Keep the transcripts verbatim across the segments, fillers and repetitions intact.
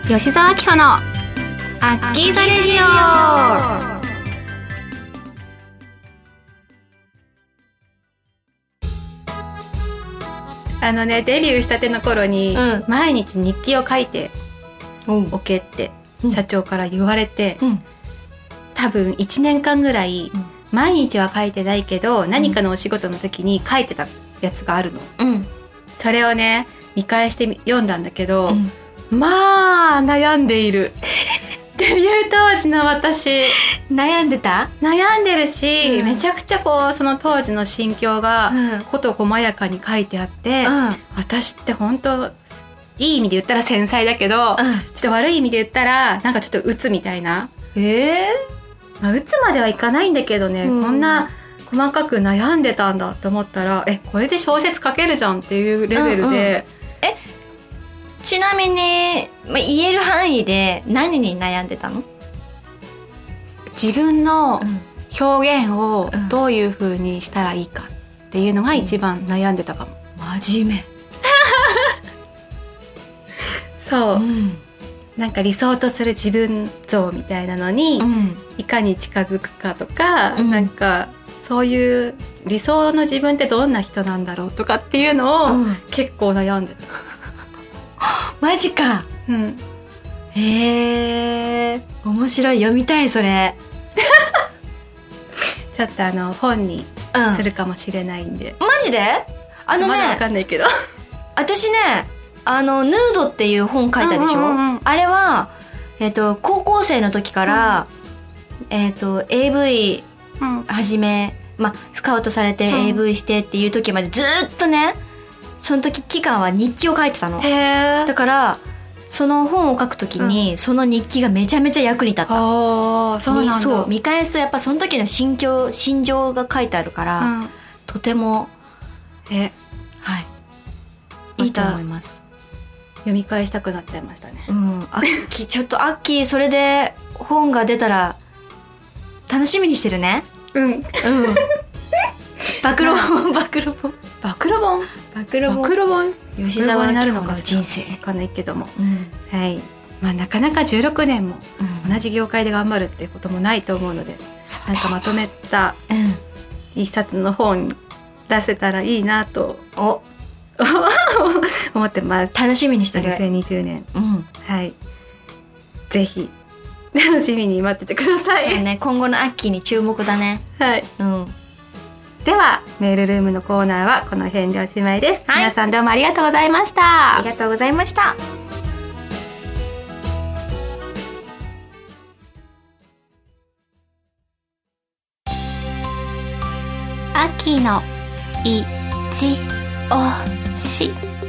吉澤明穂のアッキーザレディオ。あのね、デビューしたての頃に、うん、毎日日記を書いておけって社長から言われて、うん、多分いちねんかんぐらい、うん、毎日は書いてないけど、うん、何かのお仕事の時に書いてたやつがあるの、うん、それをね見返して読んだんだけど、うん、まあ悩んでいるデビュー当時の私悩んでた悩んでるし、うん、めちゃくちゃこうその当時の心境が事細やかに書いてあって、うん、私って本当いい意味で言ったら繊細だけど、うん、ちょっと悪い意味で言ったらなんかちょっと鬱みたいな、 えーまあ、鬱まではいかないんだけどね、うん、こんな細かく悩んでたんだと思ったら、えこれで小説書けるじゃんっていうレベルで、うんうん、えちなみに、まあ、言える範囲で何に悩んでたの？ 自分の表現をどういう風にしたらいいかっていうのが一番悩んでたかも。 真面目そう、うん、なんか理想とする自分像みたいなのに、うん、いかに近づくかとか、うん、なんかそういう理想の自分ってどんな人なんだろうとかっていうのを、うん、結構悩んでた。 マジか。うん。へえ、面白い、読みたいそれ。 ちょっとあの本にするかもしれないんで。 うん、マジで？あのね、 まだわかんないけど。 私ね、あのヌードっていう本書いたでしょ。うんうんうん、あれはえっと高校生の時から、うん、えっと エーブイ 始め、まあスカウトされて エーブイ してっていう時までずっとね。その時期間は日記を書いてたの。へだからその本を書く時に、うん、その日記がめちゃめちゃ役に立った。 あ、そうなんだ。 そう見返すとやっぱその時の心境心情が書いてあるから、うん、とてもえはいいいと思います。 読み返したくなっちゃいましたね。 うん、アッキーちょっとアッキーそれで本が出たら楽しみにしてるね。 うんうん。 暴露本暴露本暴露本暴露本暴露本吉沢になるのか人生わかんないけども、うん、はい、まあ、なかなかじゅうろくねんも同じ業界で頑張るってこともないと思うので、うん、なんかまとめた一冊の本出せたらいいなと、うん、思ってます。 楽しみにしてる。 にせんにじゅうねん、うん、はい、ぜひ楽しみに待っててください。 そうね、今後のアッキーに注目だね。 はい、うん。ではメールルームのコーナーはこの辺でおしまいです、はい、皆さんどうもありがとうございました。 ありがとうございました。 アッキーのいちおし。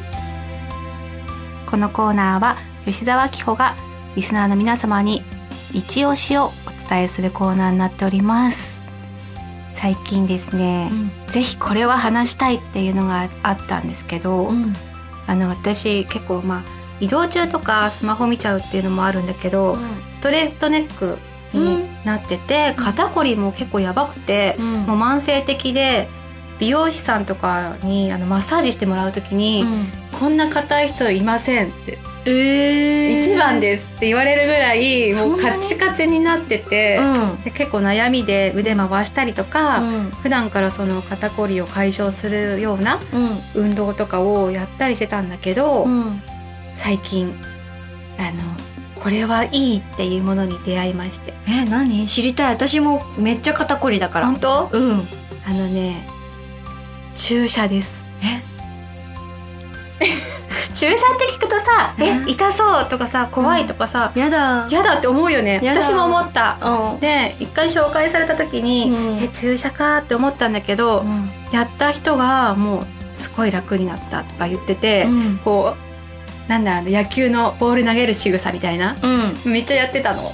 このコーナーは吉澤明穂がリスナーの皆様に一押しをお伝えするコーナーになっております。最近ですね、うん、ぜひこれは話したいっていうのがあったんですけど、うん、あの私結構まあ移動中とかスマホ見ちゃうっていうのもあるんだけど、うん、ストレートネックになってて、うん、肩こりも結構やばくて、うん、もう慢性的で美容師さんとかにあのマッサージしてもらうときに、うん、こんな硬い人いませんって、えー、一番ですって言われるぐらいもうカチカチになってて、うん、で結構悩みで腕回したりとか、うん、普段からその肩こりを解消するような運動とかをやったりしてたんだけど、うん、最近あのこれはいいっていうものに出会いまして。 え、何？知りたい。私もめっちゃ肩こりだから。 本当？ うん。 あのね、注射です。 え注射って聞くとさ、え痛そうとかさ怖いとかさ、 うん、やだやだって思うよね。私も思った、うん、で一回紹介された時に、うん、え注射かって思ったんだけど、うん、やった人がもうすごい楽になったとか言ってて、うん、こうなんだ野球のボール投げる仕草みたいな、うん、めっちゃやってたの、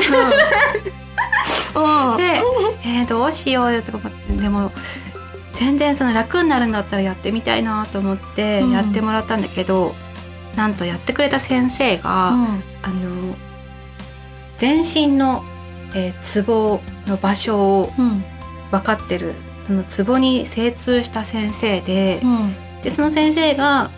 うん、で、えー、どうしようよとか思って、でも全然その楽になるんだったらやってみたいなと思ってやってもらったんだけど、うん、なんとやってくれた先生が、うん、あの全身の、えー、ツボの場所を分かってる、そのツボに精通した先生で、うん、でその先生が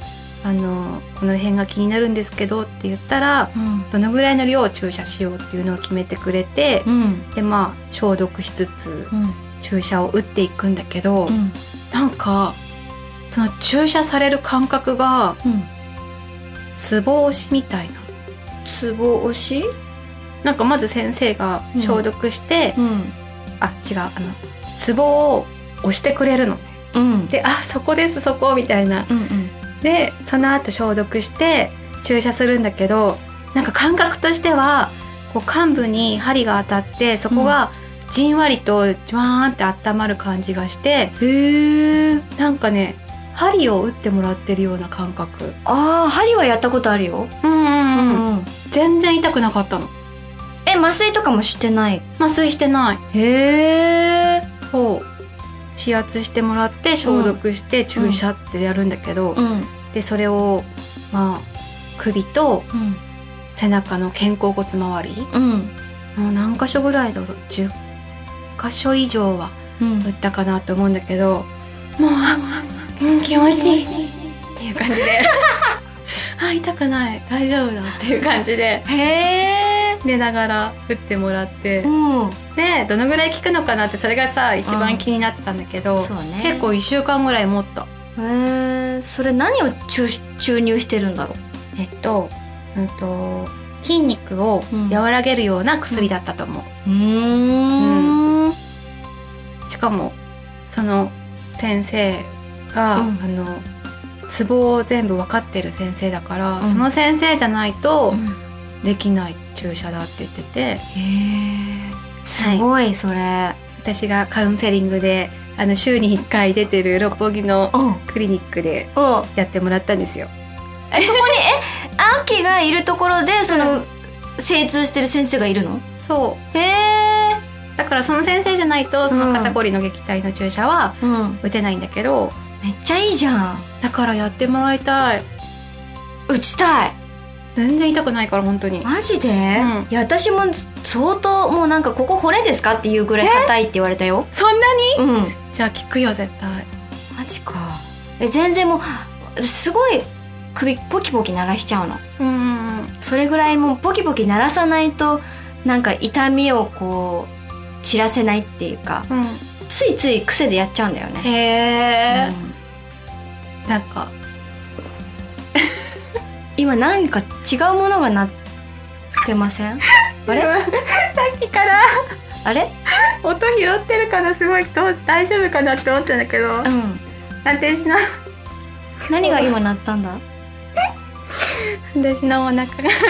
あのこの辺が気になるんですけどって言ったら、 うん、 どのぐらいの量を注射しようっていうのを決めてくれて、 うん、 でまあ消毒しつつ、 うん、 注射を打っていくんだけど、 うん、 なんかその注射される感覚が、 うん、 ツボ押しみたいな。 ツボ押し？ なんかまず先生が消毒して、 うん、 あ違うあのツボを押してくれるの、 うん、 であそこですそこみたいな、 うんうん、 でその後消毒して注射するんだけど、なんか感覚としてはこう患部に針が当たってそこがじんわりとジュワーンって温まる感じがして、 うん、へー、 なんかね針を打ってもらってるような感覚。 あー、針はやったことあるよ。 うんうんうん、 うんうん、 全然痛くなかったの。 え、麻酔とかもしてない？ 麻酔してない。 へー、 そう指圧してもらって消毒して注射ってやるんだけど、 うん、 でそれをまあ首とうん、 背中の肩甲骨周り、 うん、 もう何箇所ぐらいだろう、じゅっ箇所以上は打ったかなと思うんだけど、もうあ、うん、気持ちいいっていう感じであ、痛くない大丈夫だっていう感じで、 へー、 寝ながら打ってもらって、 うん、 でどのぐらい効くのかなって、それがさ一番気になってたんだけど、 そうね、 結構いっしゅうかんぐらい持った。 へー、それ何を 注, 注入してるんだろう？ えっと、うんと筋肉を和らげるような薬だったと思う。 うん、うん、 うん、しかもその先生が、うん、あのツボを全部分かってる先生だから、うん、その先生じゃないとできない注射だって言ってて、へー、すごい、はい、それ私がカウンセリングであの週にいっかい出てる六本木のクリニックでやってもらったんですよ。 え、そこにえアキがいるところでその、うん、精通してる先生がいるの？ そう。へー、だからその先生じゃないとその肩こりの撃退の注射は打てないんだけど、 うん、めっちゃいいじゃん。 だからやってもらいたい。 打ちたい。 全然痛くないから本当に。 マジで？うん、 いや私も相当もうなんかここ骨ですかっていうぐらい硬いって言われたよ。 そんなに？ うん。 じゃあ効くよ絶対。 マジか。え、全然もうすごい首ポキポキ鳴らしちゃうの。 うんうんうん。 それぐらいもうポキポキ鳴らさないとなんか痛みをこう散らせないっていうか、うん、ついつい癖でやっちゃうんだよね。 へー、うん、なんか今なんか違うものが鳴ってません？あれ？さっきからあれ？ 音拾ってるかな、すごい大丈夫かなって思ったんだけど、うん、安定しな。 何が今鳴ったんだ？ 私のお腹が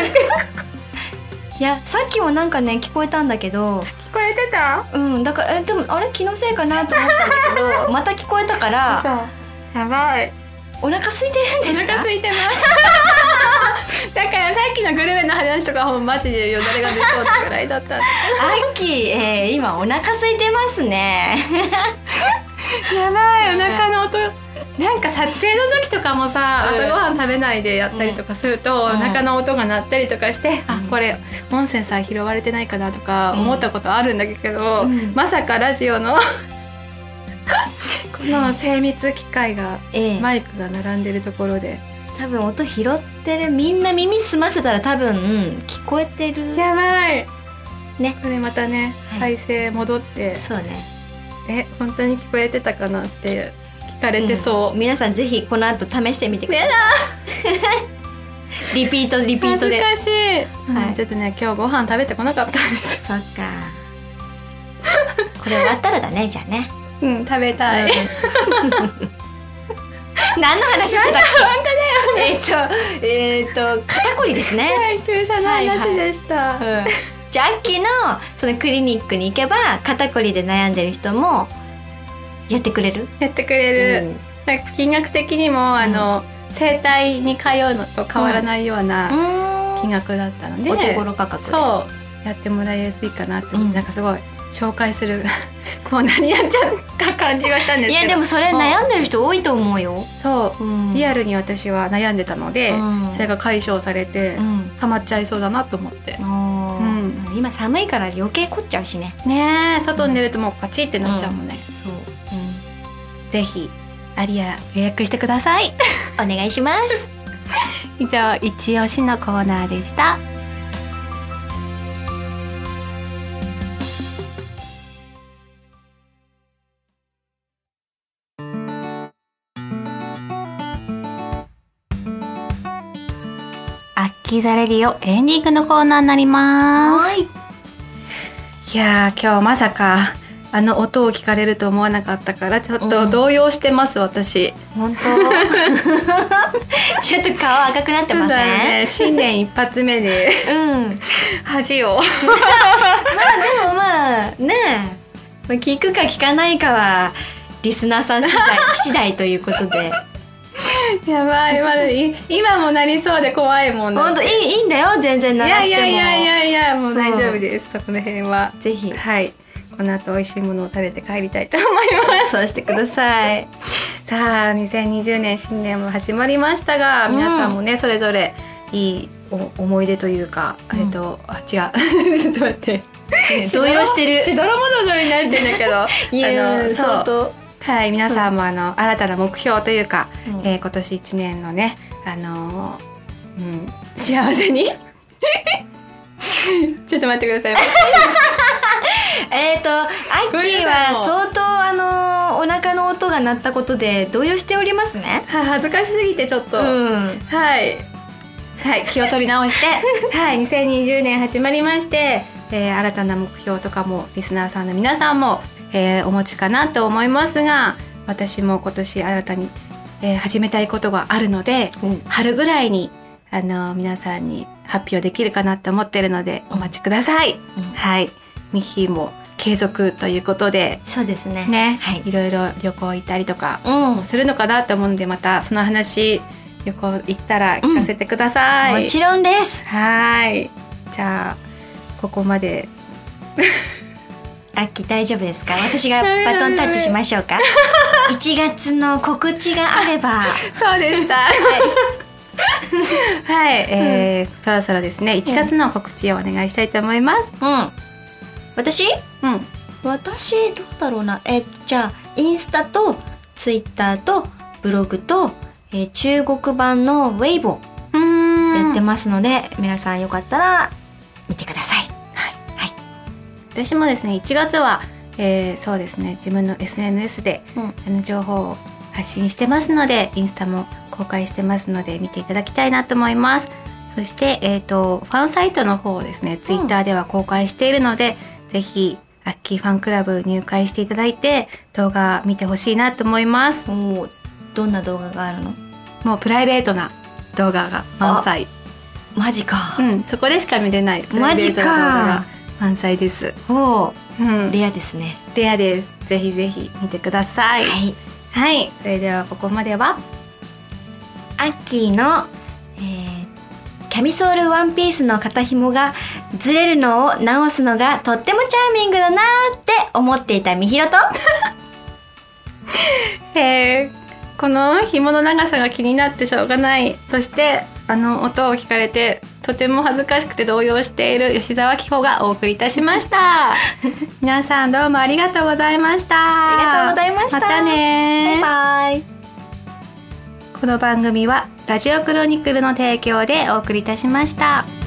いや、さっきもなんかね聞こえたんだけど。 聞こえてた？ うん、だからえでもあれ気のせいかなと思ったんだけどまた聞こえたからそうやばい。 お腹空いてるんですか？ お腹空いてますだからさっきのグルメの話とかもマジでよだれが出そうってくらいだったんでアッキー、えー、今お腹空いてますねやばい、お腹の音。なんか撮影の時とかもさ、朝ごはん食べないでやったりとかすると、うん、お腹の音が鳴ったりとかして、うん、あ、これ音声さ拾われてないかなとか思ったことあるんだけど、うん、まさかラジオのこの精密機械が、ええ、マイクが並んでるところで多分音拾ってる。みんな耳澄ませたら多分聞こえてる。 やばいね。 これまたね、はい、再生戻ってそうね、 え本当に聞こえてたかなって聞かれてそう、 うん、皆さんぜひこの後試してみてください。リピートリピートで恥ずかしい、はい、うん、ちょっとね今日ご飯食べてこなかったんですそっかこれ終わったらだねじゃあね。 うん食べたい、うん、 何の話してたっけ？えっとえっと肩こりですね。 はい、注射の話でした、はいはい、うん、 じゃあアッキーのそのクリニックに行けば肩こりで悩んでる人もやってくれる？ やってくれる、うん、なんか金額的にも、うん、あの整体に通うのと変わらないような金額だったので、 うん、お手頃価格でそうやってもらいやすいかなって、うん、なんかすごい紹介するコーナーになっちゃった感じがしたんですけど、 いやでもそれ悩んでる人多いと思うよ。 そう、うん、リアルに私は悩んでたので、うん、それが解消されて、うん、ハマっちゃいそうだなと思って、うん、 今寒いから余計凝っちゃうしね。 ねえ、外に出るともうパチってなっちゃうもんね、 うん、そう、 うん、ぜひアリア予約してくださいお願いします以上、一押しのコーナーでした。アッキーザレディオエンディングのコーナーになります。はい、いやー、今日まさかあの音を聞かれると思わなかったからちょっと動揺してます、うん、私。 本当ちょっと顔赤くなってません？ ね、新年一発目でうん恥をまあでもまあねえ、聞くか聞かないかはリスナーさん次第次第ということでやばい、まだ今もなりそうで怖いもん。 本当いい、いいんだよ、全然鳴らしても。 いやいやいやいや、もう大丈夫です、うん、そこの辺はぜひ、 はい、この後美味しいものを食べて帰りたいと思います。 そうしてください。 さあ、にせんにじゅうねん新年も始まりましたが、皆さんもね、うん、それぞれいい思い出というか、うん、えっとあ違うちょっと待って動揺してる、 しどろもどろになってんだけどいや、あのそうはい、皆さんもあの、うん、新たな目標というか、うん、えー、今年いちねんのね、あのーうん、幸せにちょっと待ってくださいえっとアッキーは相当あのー、お腹の音が鳴ったことで動揺しておりますね。 は恥ずかしすぎてちょっと、うん、はいはい、気を取り直してはい、にせんにじゅうねん始まりまして、えー、新たな目標とかもリスナーさんの皆さんもえー、お持ちかなと思いますが、私も今年新たに、えー、始めたいことがあるので、うん、春ぐらいに、あのー、皆さんに発表できるかなと思ってるのでお待ちください、うん、はい、ミッヒーも継続ということで、 そうですね、 ね、 はい、 いろいろ旅行行ったりとかもするのかなと思うので、またその話旅行行ったら聞かせてください、 うん、もちろんです。 はい、じゃあここまでアッキー大丈夫ですか？私がバトンタッチしましょうかいちがつの告知があればそうでしたはい、はい、えーうん、そろそろですねいちがつの告知をお願いしたいと思います。 うん、私？ うん、 私どうだろうな、えー、じゃあインスタとツイッターとブログと、えー、中国版のウェイボーやってますので、皆さんよかったら見てください。 私もですねいちがつは、えー、そうですね自分の エスエヌエス で、うん、あの情報を発信してますので、インスタも公開してますので見ていただきたいなと思います。そして、えーと、ファンサイトの方をですねツイッターでは公開しているので、うん、ぜひアッキーファンクラブ入会していただいて動画見てほしいなと思います。 お、どんな動画があるの？ もうプライベートな動画が満載。 マジか。 うん、そこでしか見れないプライベートな動画が満載です。 おー、うん、レアですね。 レアです。ぜひぜひ見てください。 はい、 はい、それではここまではアッキーの、えー、キャミソールワンピースの肩紐がずれるのを直すのがとってもチャーミングだなって思っていたみひろとえー、この紐の長さが気になってしょうがない、そしてあの音を聞かれてとても恥ずかしくて動揺している吉澤紀穂がお送りいたしました皆さんどうもありがとうございました。 ありがとうございました。 またね。 バイバイ。 この番組はラジオクロニクルの提供でお送りいたしました。